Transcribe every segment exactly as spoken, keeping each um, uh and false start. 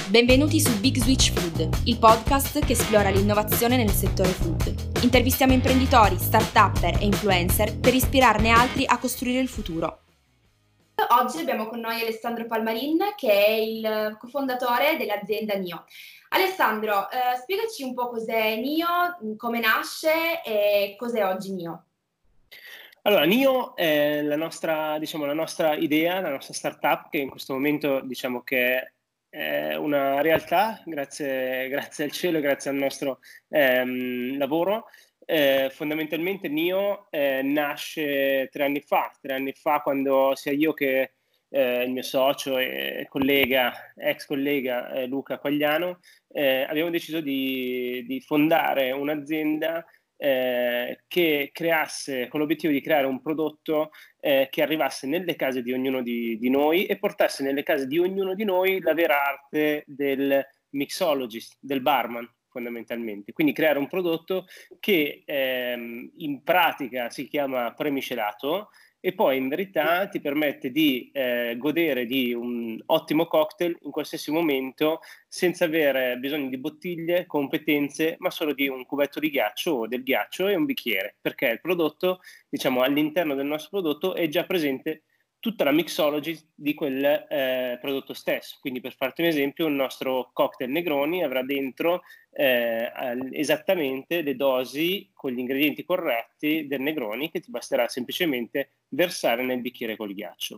Benvenuti su Big Switch Food, il podcast che esplora l'innovazione nel settore food. Intervistiamo imprenditori, start-upper e influencer per ispirarne altri a costruire il futuro. Oggi abbiamo con noi Alessandro Palmarin, che è il cofondatore dell'azienda Nio. Alessandro, eh, spiegaci un po' cos'è Nio, come nasce e cos'è oggi Nio. Allora, Nio è la nostra, diciamo, la nostra idea, la nostra startup, che in questo momento diciamo che è una realtà, grazie, grazie al cielo e grazie al nostro ehm, lavoro. Eh, fondamentalmente Nio eh, nasce tre anni fa, tre anni fa quando sia io che eh, il mio socio e collega, ex collega eh, Luca Quagliano, eh, abbiamo deciso di, di fondare un'azienda Eh, che creasse, con l'obiettivo di creare un prodotto eh, che arrivasse nelle case di ognuno di, di noi e portasse nelle case di ognuno di noi la vera arte del mixologist, del barman fondamentalmente. Quindi creare un prodotto che ehm, in pratica si chiama premiscelato e poi in verità ti permette di eh, godere di un ottimo cocktail in qualsiasi momento senza avere bisogno di bottiglie, competenze, ma solo di un cubetto di ghiaccio o del ghiaccio e un bicchiere, perché il prodotto, diciamo, all'interno del nostro prodotto è già presente tutta la mixology di quel eh, prodotto stesso. Quindi, per farti un esempio, il nostro cocktail Negroni avrà dentro eh, esattamente le dosi con gli ingredienti corretti del Negroni, che ti basterà semplicemente versare nel bicchiere col ghiaccio.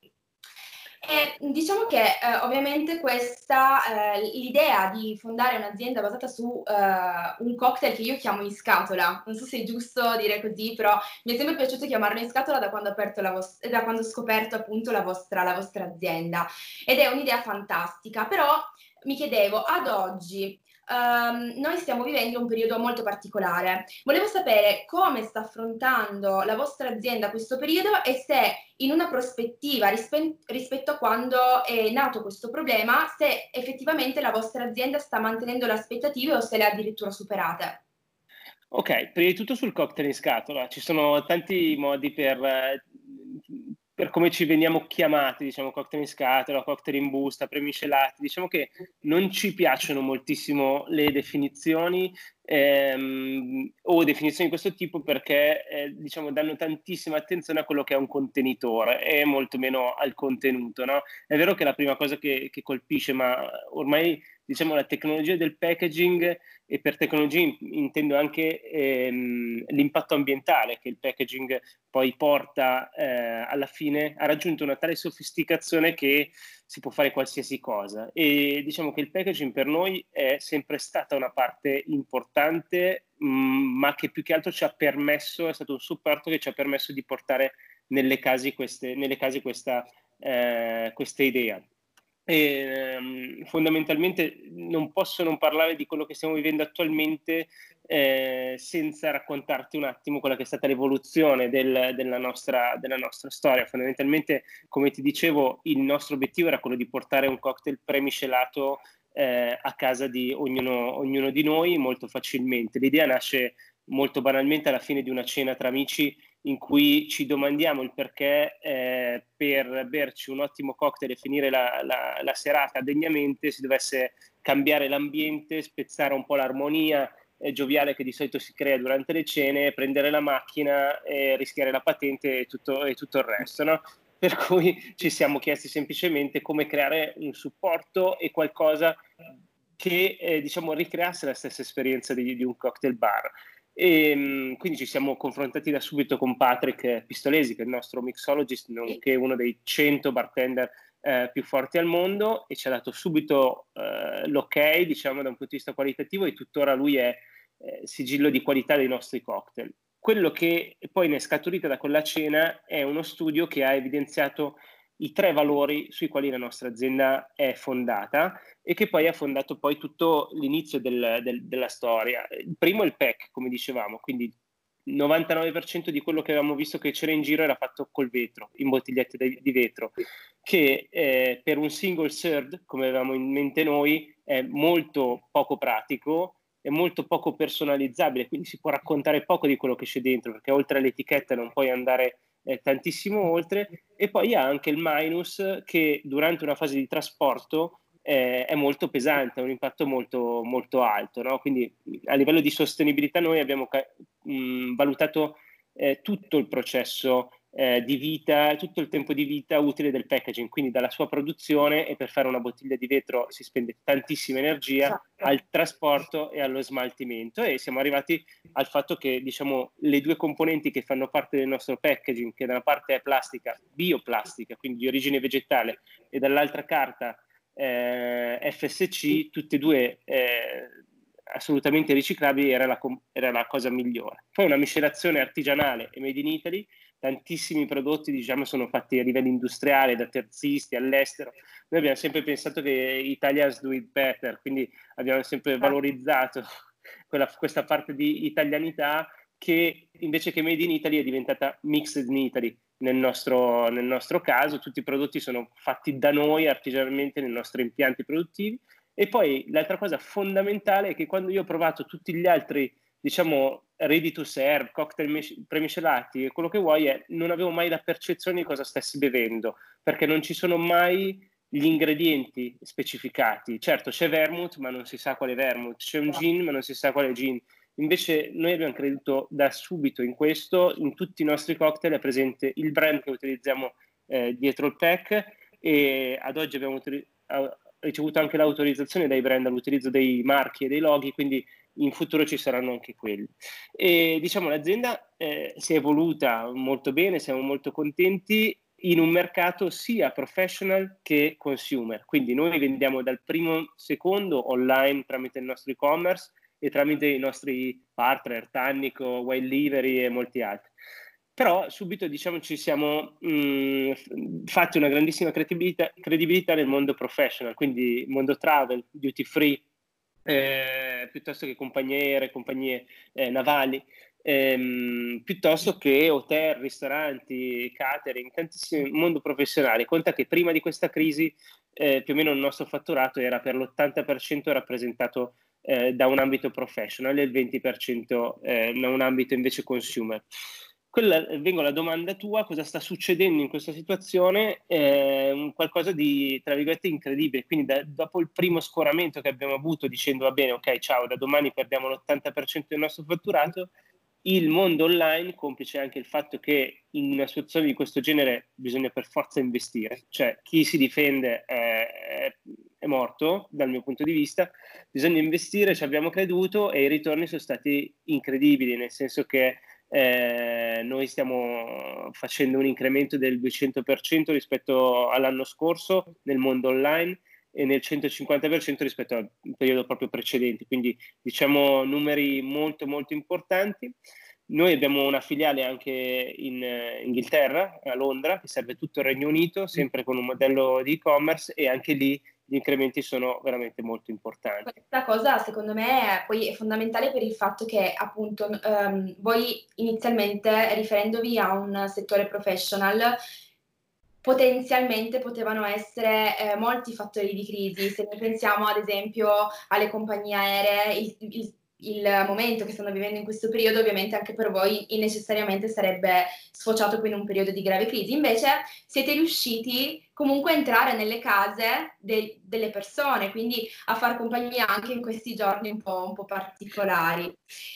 E diciamo che eh, ovviamente questa, eh, l'idea di fondare un'azienda basata su eh, un cocktail che io chiamo in scatola, non so se è giusto dire così, però mi è sempre piaciuto chiamarlo in scatola da quando ho, aperto la vos- da quando ho scoperto appunto la vostra, la vostra azienda, ed è un'idea fantastica, però mi chiedevo, ad oggi Um, noi stiamo vivendo un periodo molto particolare. Volevo sapere come sta affrontando la vostra azienda questo periodo e se in una prospettiva rispe- rispetto a quando è nato questo problema, se effettivamente la vostra azienda sta mantenendo le aspettative o se le ha addirittura superate. Ok, prima di tutto sul cocktail in scatola, ci sono tanti modi per, eh, per come ci veniamo chiamati, diciamo cocktail in scatola, cocktail in busta, premiscelati, diciamo che non ci piacciono moltissimo le definizioni ehm, o definizioni di questo tipo perché eh, diciamo danno tantissima attenzione a quello che è un contenitore e molto meno al contenuto, no? È vero che è la prima cosa che, che colpisce, ma ormai diciamo la tecnologia del packaging, e per tecnologia intendo anche ehm, l'impatto ambientale che il packaging poi porta eh, alla fine, ha raggiunto una tale sofisticazione che si può fare qualsiasi cosa e diciamo che il packaging per noi è sempre stata una parte importante mh, ma che più che altro ci ha permesso, è stato un supporto che ci ha permesso di portare nelle case, queste, nelle case questa, eh, questa idea. E, um, fondamentalmente non posso non parlare di quello che stiamo vivendo attualmente eh, senza raccontarti un attimo quella che è stata l'evoluzione del, della, nostra, della nostra storia. Fondamentalmente, come ti dicevo, il nostro obiettivo era quello di portare un cocktail premiscelato eh, a casa di ognuno, ognuno di noi molto facilmente. L'idea nasce molto banalmente alla fine di una cena tra amici in cui ci domandiamo il perché eh, per berci un ottimo cocktail e finire la, la, la serata degnamente si dovesse cambiare l'ambiente, spezzare un po' l'armonia eh, gioviale che di solito si crea durante le cene, prendere la macchina e rischiare la patente e tutto, e tutto il resto, no? Per cui ci siamo chiesti semplicemente come creare un supporto e qualcosa che eh, diciamo ricreasse la stessa esperienza di, di un cocktail bar. E quindi ci siamo confrontati da subito con Patrick Pistolesi, che è il nostro mixologist, nonché uno dei cento bartender eh, più forti al mondo, e ci ha dato subito eh, l'ok, diciamo, da un punto di vista qualitativo, e tuttora lui è eh, sigillo di qualità dei nostri cocktail. Quello che poi ne è scaturita da quella cena è uno studio che ha evidenziato i tre valori sui quali la nostra azienda è fondata e che poi ha fondato poi tutto l'inizio del, del, della storia. Il primo è il pack, come dicevamo, quindi il novantanove per cento di quello che avevamo visto che c'era in giro era fatto col vetro, in bottigliette di, di vetro, che eh, per un single serve, come avevamo in mente noi, è molto poco pratico, è molto poco personalizzabile, quindi si può raccontare poco di quello che c'è dentro, perché oltre all'etichetta non puoi andare eh, tantissimo oltre, e poi ha anche il minus che durante una fase di trasporto eh, è molto pesante, ha un impatto molto, molto alto, no? Quindi a livello di sostenibilità noi abbiamo mh, valutato eh, tutto il processo eh, di vita, tutto il tempo di vita utile del packaging, quindi dalla sua produzione, e per fare una bottiglia di vetro si spende tantissima energia, Esatto. al trasporto e allo smaltimento, e siamo arrivati al fatto che, diciamo, le due componenti che fanno parte del nostro packaging, che da una parte è plastica, bioplastica, quindi di origine vegetale, e dall'altra carta eh, F S C, tutte e due eh, assolutamente riciclabili, era la, era la cosa migliore. Poi una miscelazione artigianale e made in Italy, tantissimi prodotti, diciamo, sono fatti a livello industriale, da terzisti all'estero. Noi abbiamo sempre pensato che Italians do it better, quindi abbiamo sempre valorizzato quella, questa parte di italianità, che invece che made in Italy è diventata mixed in Italy. Nel nostro, nel nostro caso tutti i prodotti sono fatti da noi artigianalmente nei nostri impianti produttivi. E poi l'altra cosa fondamentale è che quando io ho provato tutti gli altri, diciamo, ready to serve, cocktail premiscelati e quello che vuoi, è, non avevo mai la percezione di cosa stessi bevendo, perché non ci sono mai gli ingredienti specificati. Certo, c'è vermouth, ma non si sa quale vermouth, c'è un gin, ma non si sa quale gin. Invece noi abbiamo creduto da subito in questo. In tutti i nostri cocktail è presente il brand che utilizziamo eh, dietro il pack, e ad oggi abbiamo ricevuto anche l'autorizzazione dai brand all'utilizzo dei marchi e dei loghi, quindi in futuro ci saranno anche quelli. E diciamo l'azienda eh, si è evoluta molto bene, siamo molto contenti in un mercato sia professional che consumer, quindi noi vendiamo dal primo secondo online tramite il nostro e-commerce e tramite i nostri partner Tannico, Wild Livery e molti altri. Però subito, diciamo, ci siamo mh, fatti una grandissima credibilità, credibilità nel mondo professional, quindi mondo travel, duty free, eh, piuttosto che compagnie aeree, compagnie eh, navali, ehm, piuttosto che hotel, ristoranti, catering, tantissimo mondo professionale. Conta che prima di questa crisi eh, più o meno il nostro fatturato era per l'ottanta per cento rappresentato eh, da un ambito professional e il venti per cento eh, da un ambito invece consumer. Quella, vengo alla domanda tua: cosa sta succedendo in questa situazione? Eh, qualcosa di, tra virgolette, incredibile. Quindi da, dopo il primo scoramento che abbiamo avuto dicendo va bene, ok, ciao, da domani perdiamo l'ottanta per cento del nostro fatturato, il mondo online, complice anche il fatto che in una situazione di questo genere bisogna per forza investire, cioè chi si difende è, è morto dal mio punto di vista, bisogna investire, ci abbiamo creduto e i ritorni sono stati incredibili, nel senso che Eh, noi stiamo facendo un incremento del duecento per cento rispetto all'anno scorso nel mondo online e nel centocinquanta per cento rispetto al periodo proprio precedente, quindi diciamo numeri molto molto importanti. Noi abbiamo una filiale anche in eh, Inghilterra, a Londra, che serve tutto il Regno Unito, sempre con un modello di e-commerce, e anche lì gli incrementi sono veramente molto importanti. Questa cosa secondo me è, poi è fondamentale per il fatto che appunto um, voi inizialmente, riferendovi a un settore professional, potenzialmente potevano essere eh, molti fattori di crisi. Se ne pensiamo ad esempio alle compagnie aeree, il, il, il momento che stanno vivendo in questo periodo ovviamente anche per voi necessariamente sarebbe sfociato poi in un periodo di grave crisi. Invece siete riusciti comunque a entrare nelle case de- delle persone, quindi a far compagnia anche in questi giorni un po', un po' particolari.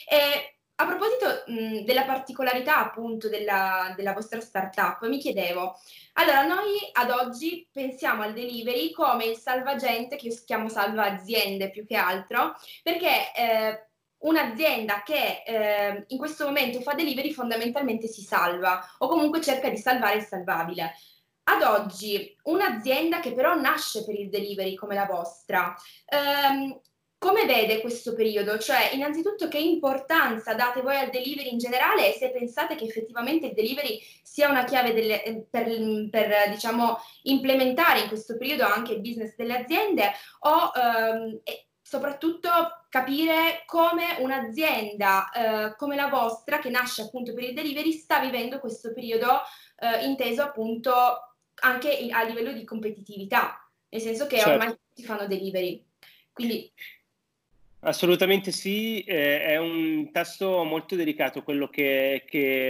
E a proposito mh, della particolarità appunto della, della vostra startup, mi chiedevo, allora noi ad oggi pensiamo al delivery come il salvagente, che io chiamo salva aziende più che altro, perché eh, un'azienda che eh, in questo momento fa delivery fondamentalmente si salva o comunque cerca di salvare il salvabile. Ad oggi un'azienda che però nasce per il delivery come la vostra, ehm, come vede questo periodo? Cioè, innanzitutto, che importanza date voi al delivery in generale e se pensate che effettivamente il delivery sia una chiave delle, per, per diciamo, implementare in questo periodo anche il business delle aziende o ehm, e soprattutto capire come un'azienda eh, come la vostra, che nasce appunto per il delivery, sta vivendo questo periodo eh, inteso appunto anche a livello di competitività, nel senso che Certo. ormai tutti fanno delivery. Quindi Assolutamente sì, eh, è un tasto molto delicato quello che, che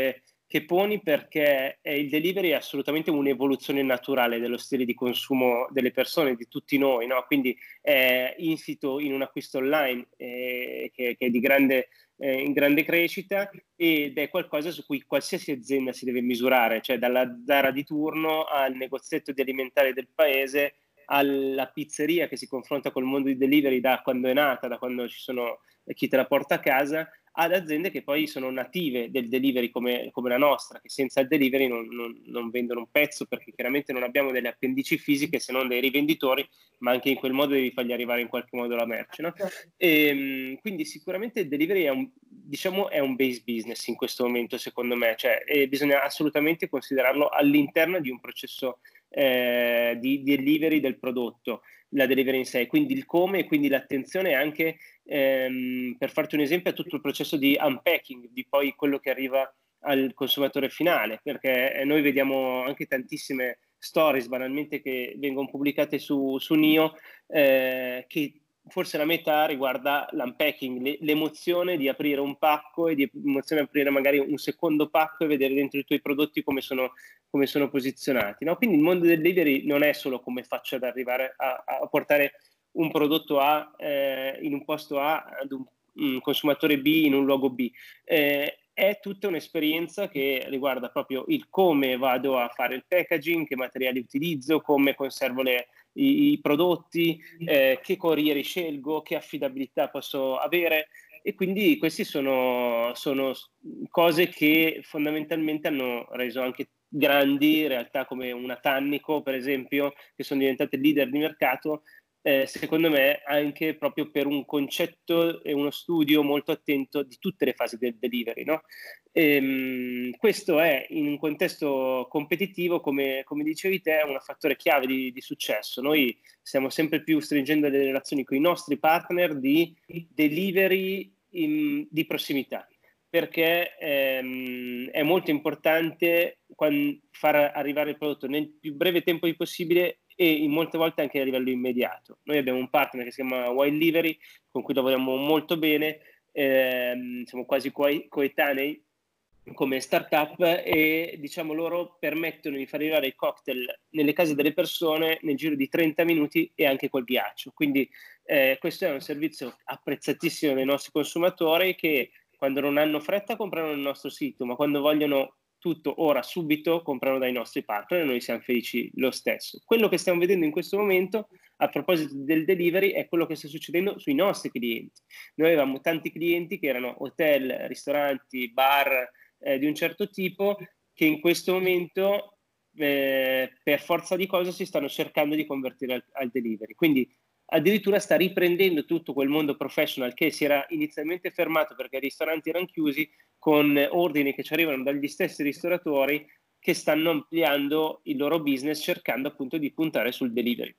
che poni perché eh, il delivery è assolutamente un'evoluzione naturale dello stile di consumo delle persone, di tutti noi, no? Quindi è insito in un acquisto online eh, che, che è di grande, eh, in grande crescita, ed è qualcosa su cui qualsiasi azienda si deve misurare, cioè dalla Zara di turno al negozietto di alimentari del paese, alla pizzeria che si confronta col mondo di delivery da quando è nata, da quando ci sono chi te la porta a casa, ad aziende che poi sono native del delivery come, come la nostra, che senza il delivery non, non, non vendono un pezzo, perché chiaramente non abbiamo delle appendici fisiche se non dei rivenditori, ma anche in quel modo devi fargli arrivare in qualche modo la merce, no? E, quindi sicuramente il delivery è un, diciamo, è un base business in questo momento, secondo me, cioè, e bisogna assolutamente considerarlo all'interno di un processo eh, di, di delivery del prodotto, la delivery in sé, quindi il come e quindi l'attenzione anche, ehm, per farti un esempio, a tutto il processo di unpacking, di poi quello che arriva al consumatore finale, perché noi vediamo anche tantissime stories banalmente che vengono pubblicate su, su Nio, eh, che forse la metà riguarda l'unpacking, le, l'emozione di aprire un pacco e di emozione di aprire magari un secondo pacco e vedere dentro i tuoi prodotti come sono, come sono posizionati, no? Quindi il mondo del delivery non è solo come faccio ad arrivare a, a portare un prodotto A eh, in un posto A ad un, un consumatore B in un luogo B. Eh, è tutta un'esperienza che riguarda proprio il come vado a fare il packaging, che materiali utilizzo, come conservo le, i, i prodotti, eh, che corrieri scelgo, che affidabilità posso avere. E quindi queste sono, sono cose che fondamentalmente hanno reso anche grandi realtà come una Tannico, per esempio, che sono diventate leader di mercato, eh, secondo me anche proprio per un concetto e uno studio molto attento di tutte le fasi del delivery, no? Ehm, questo è, in un contesto competitivo, come, come dicevi te, un fattore chiave di, di successo. Noi stiamo sempre più stringendo delle relazioni con i nostri partner di delivery in, di prossimità, perché ehm, è molto importante far arrivare il prodotto nel più breve tempo possibile e in molte volte anche a livello immediato. Noi abbiamo un partner che si chiama Wild Livery, con cui lavoriamo molto bene, ehm, siamo quasi co- coetanei come startup, e diciamo loro permettono di far arrivare i cocktail nelle case delle persone nel giro di trenta minuti e anche col ghiaccio. Quindi eh, questo è un servizio apprezzatissimo dai nostri consumatori, che quando non hanno fretta comprano nel nostro sito, ma quando vogliono tutto ora, subito, comprano dai nostri partner e noi siamo felici lo stesso. Quello che stiamo vedendo in questo momento, a proposito del delivery, è quello che sta succedendo sui nostri clienti. Noi avevamo tanti clienti che erano hotel, ristoranti, bar eh, di un certo tipo, che in questo momento eh, per forza di cose si stanno cercando di convertire al, al delivery. Quindi addirittura sta riprendendo tutto quel mondo professional che si era inizialmente fermato perché i ristoranti erano chiusi, con ordini che ci arrivano dagli stessi ristoratori che stanno ampliando il loro business cercando appunto di puntare sul delivery.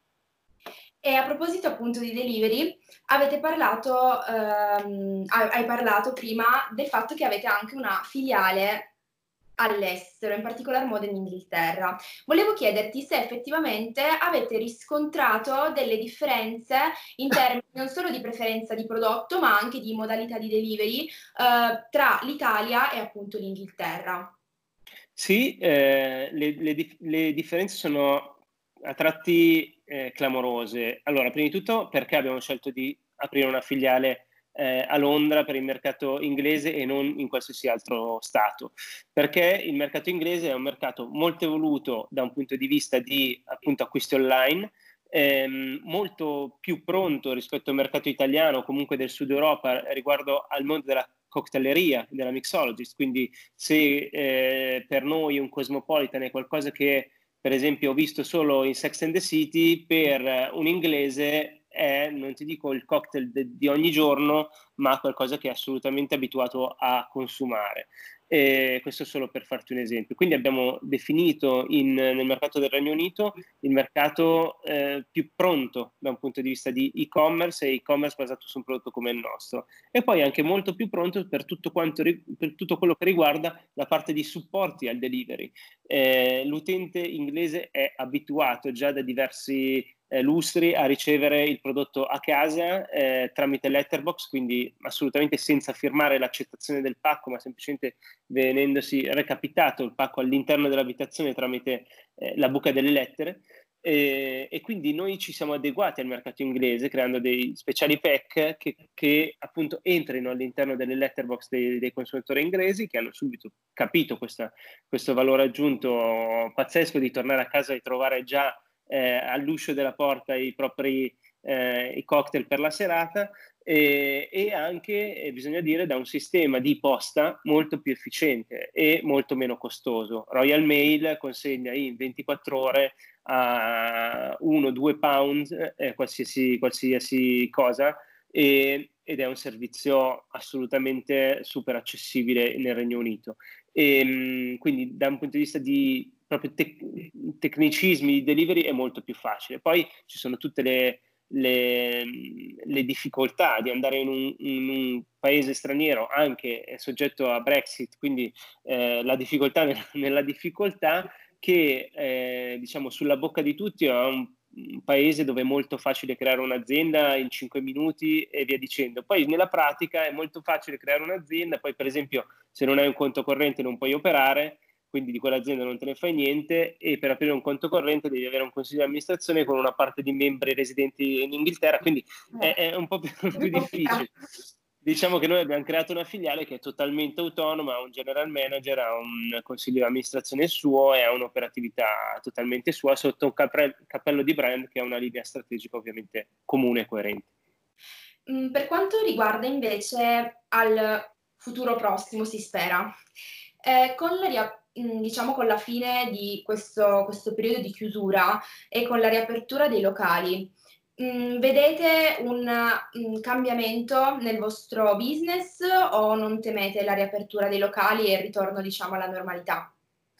E a proposito appunto di delivery, avete parlato, ehm, hai parlato prima del fatto che avete anche una filiale all'estero, in particolar modo in Inghilterra. Volevo chiederti se effettivamente avete riscontrato delle differenze in termini non solo di preferenza di prodotto, ma anche di modalità di delivery eh, tra l'Italia e appunto l'Inghilterra. Sì, eh, le, le, le differenze sono a tratti eh, clamorose. Allora, prima di tutto, perché abbiamo scelto di aprire una filiale eh, a Londra per il mercato inglese e non in qualsiasi altro stato? Perché il mercato inglese è un mercato molto evoluto da un punto di vista di appunto acquisti online, ehm, molto più pronto rispetto al mercato italiano, comunque del sud Europa, riguardo al mondo della cocktaileria, della mixologist. Quindi se eh, per noi un cosmopolitan è qualcosa che per esempio ho visto solo in Sex and the City, per un inglese è, non ti dico il cocktail de- di ogni giorno, ma qualcosa che è assolutamente abituato a consumare. E questo solo per farti un esempio. Quindi abbiamo definito in, nel mercato del Regno Unito il mercato eh, più pronto da un punto di vista di e-commerce e e-commerce basato su un prodotto come il nostro, e poi anche molto più pronto per tutto, quanto, per tutto quello che riguarda la parte di supporti al delivery. Eh, l'utente inglese è abituato già da diversi eh, lustri a ricevere il prodotto a casa eh, tramite letterbox, quindi assolutamente senza firmare l'accettazione del pacco, ma semplicemente venendosi recapitato il pacco all'interno dell'abitazione tramite eh, la buca delle lettere. E, e quindi noi ci siamo adeguati al mercato inglese creando dei speciali pack che, che appunto entrino all'interno delle letterbox dei, dei consumatori inglesi, che hanno subito capito questa, questo valore aggiunto pazzesco di tornare a casa e trovare già eh, all'uscio della porta i propri eh, i cocktail per la serata, e, e anche, eh, bisogna dire, da un sistema di posta molto più efficiente e molto meno costoso. Royal Mail consegna in ventiquattro ore a uno due pound eh, qualsiasi, qualsiasi cosa, e, ed è un servizio assolutamente super accessibile nel Regno Unito. E, mh, quindi da un punto di vista di proprio tec- tecnicismi di delivery è molto più facile. Poi ci sono tutte le, le, le difficoltà di andare in un, in un paese straniero, anche soggetto a Brexit, quindi eh, la difficoltà nella, nella difficoltà, che eh, diciamo sulla bocca di tutti è un, un paese dove è molto facile creare un'azienda in cinque minuti e via dicendo. Poi nella pratica è molto facile creare un'azienda, poi per esempio se non hai un conto corrente non puoi operare, quindi di quell'azienda non te ne fai niente, e per aprire un conto corrente devi avere un consiglio di amministrazione con una parte di membri residenti in Inghilterra, quindi è, è un po' più, più difficile. Diciamo che noi abbiamo creato una filiale che è totalmente autonoma, ha un general manager, ha un consiglio di amministrazione suo e ha un'operatività totalmente sua sotto un cappello, cappello di brand che ha una linea strategica ovviamente comune e coerente. Mm, per quanto riguarda invece al futuro prossimo, si spera, eh, con la ria- mm, diciamo con la fine di questo, questo periodo di chiusura e con la riapertura dei locali, mm, vedete un, un cambiamento nel vostro business o non temete la riapertura dei locali e il ritorno, diciamo, alla normalità?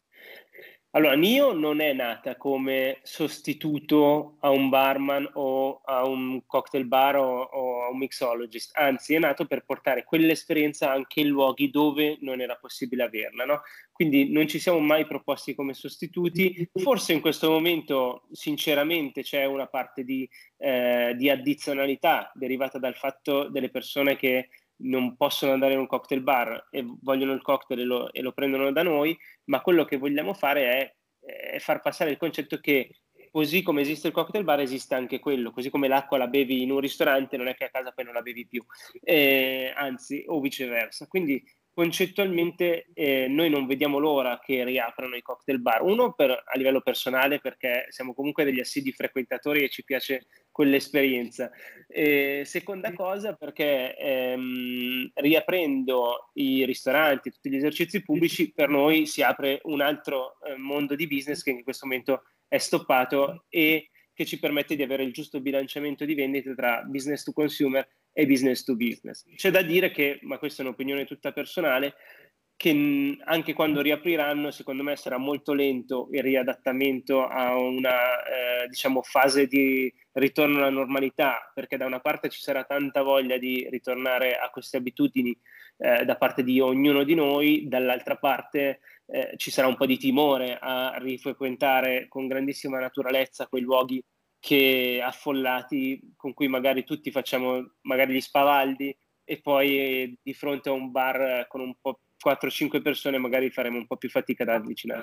Allora, Nio non è nata come sostituto a un barman o a un cocktail bar o, o a un mixologist, anzi è nato per portare quell'esperienza anche in luoghi dove non era possibile averla, no? Quindi non ci siamo mai proposti come sostituti. Forse in questo momento, sinceramente, c'è una parte di, eh, di addizionalità derivata dal fatto delle persone che non possono andare in un cocktail bar e vogliono il cocktail e lo, e lo prendono da noi, ma quello che vogliamo fare è, è far passare il concetto che così come esiste il cocktail bar esiste anche quello, così come l'acqua la bevi in un ristorante non è che a casa poi non la bevi più, eh, anzi o viceversa. Quindi concettualmente eh, noi non vediamo l'ora che riaprano i cocktail bar, uno per, a livello personale perché siamo comunque degli assidui frequentatori e ci piace quell'esperienza. E seconda cosa perché ehm, riaprendo i ristoranti, tutti gli esercizi pubblici, per noi si apre un altro eh, mondo di business che in questo momento è stoppato e che ci permette di avere il giusto bilanciamento di vendite tra business to consumer e business to business. C'è da dire che, ma questa è un'opinione tutta personale, che mh, anche quando riapriranno, secondo me sarà molto lento il riadattamento a una eh, diciamo, fase di ritorno alla normalità, perché da una parte ci sarà tanta voglia di ritornare a queste abitudini eh, da parte di ognuno di noi, dall'altra parte eh, ci sarà un po' di timore a rifrequentare con grandissima naturalezza quei luoghi che affollati, con cui magari tutti facciamo magari gli spavaldi, e poi eh, di fronte a un bar con un po' quattro cinque persone magari faremo un po' più fatica ad avvicinare.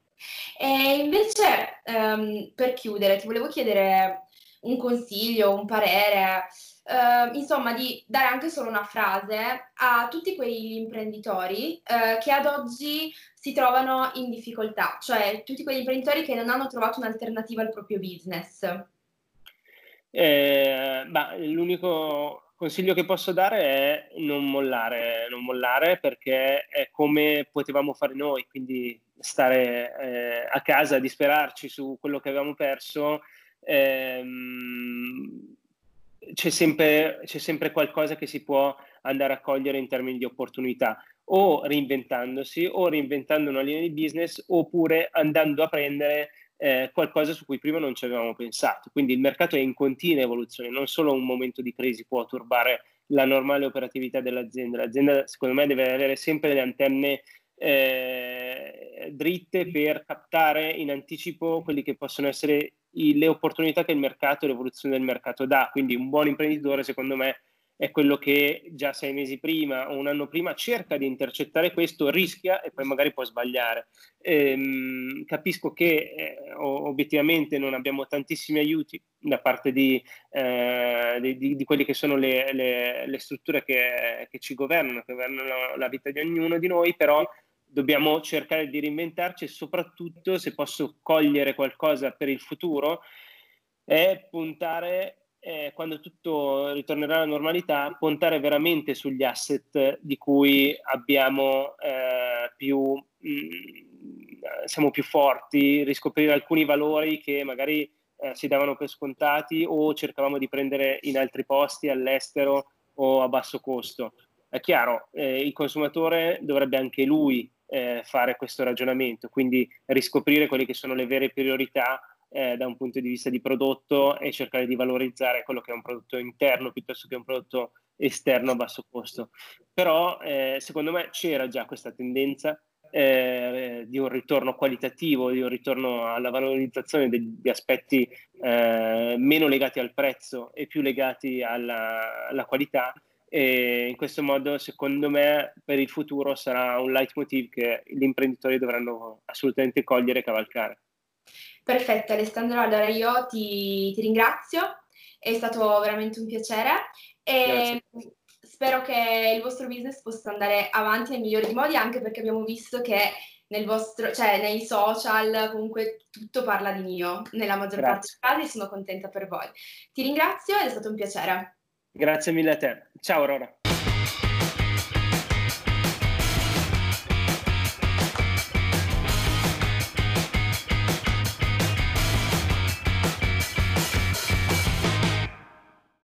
E invece, ehm, per chiudere, ti volevo chiedere un consiglio, un parere, eh, insomma, di dare anche solo una frase a tutti quegli imprenditori, eh, che ad oggi si trovano in difficoltà, cioè tutti quegli imprenditori che non hanno trovato un'alternativa al proprio business. Eh, bah, l'unico consiglio che posso dare è non mollare, non mollare perché è come potevamo fare noi, quindi stare eh, a casa, disperarci su quello che avevamo perso. Ehm, c'è sempre, c'è sempre qualcosa che si può andare a cogliere in termini di opportunità, o reinventandosi, o reinventando una linea di business, oppure andando a prendere eh, qualcosa su cui prima non ci avevamo pensato. Quindi il mercato è in continua evoluzione, non solo un momento di crisi può turbare la normale operatività dell'azienda. L'azienda, secondo me, deve avere sempre le antenne eh, dritte per captare in anticipo quelli che possono essere i, le opportunità che il mercato e l'evoluzione del mercato dà. Quindi un buon imprenditore, secondo me, è quello che già sei mesi prima o un anno prima cerca di intercettare questo, rischia e poi magari può sbagliare. Ehm, capisco che eh, obiettivamente non abbiamo tantissimi aiuti da parte di, eh, di, di, di quelle che sono le, le, le strutture che, che ci governano, che governano la vita di ognuno di noi, però dobbiamo cercare di reinventarci e soprattutto, se posso cogliere qualcosa per il futuro, è puntare, eh, quando tutto ritornerà alla normalità, puntare veramente sugli asset di cui abbiamo eh, più, mh, siamo più forti, riscoprire alcuni valori che magari eh, si davano per scontati o cercavamo di prendere in altri posti, all'estero o a basso costo. È chiaro, eh, il consumatore dovrebbe anche lui eh, fare questo ragionamento, quindi riscoprire quelle che sono le vere priorità Eh, da un punto di vista di prodotto e cercare di valorizzare quello che è un prodotto interno piuttosto che un prodotto esterno a basso costo. Però eh, secondo me c'era già questa tendenza eh, di un ritorno qualitativo, di un ritorno alla valorizzazione degli aspetti eh, meno legati al prezzo e più legati alla, alla qualità. E in questo modo, secondo me, per il futuro sarà un leitmotiv che gli imprenditori dovranno assolutamente cogliere e cavalcare. Perfetto Alessandro, allora io ti, ti ringrazio, è stato veramente un piacere e Grazie. spero che il vostro business possa andare avanti nel migliore dei modi, anche perché abbiamo visto che nel vostro, cioè nei social comunque tutto parla di Nio, nella maggior parte Grazie. dei casi, sono contenta per voi. Ti ringrazio ed è stato un piacere. Grazie mille a te. Ciao Aurora.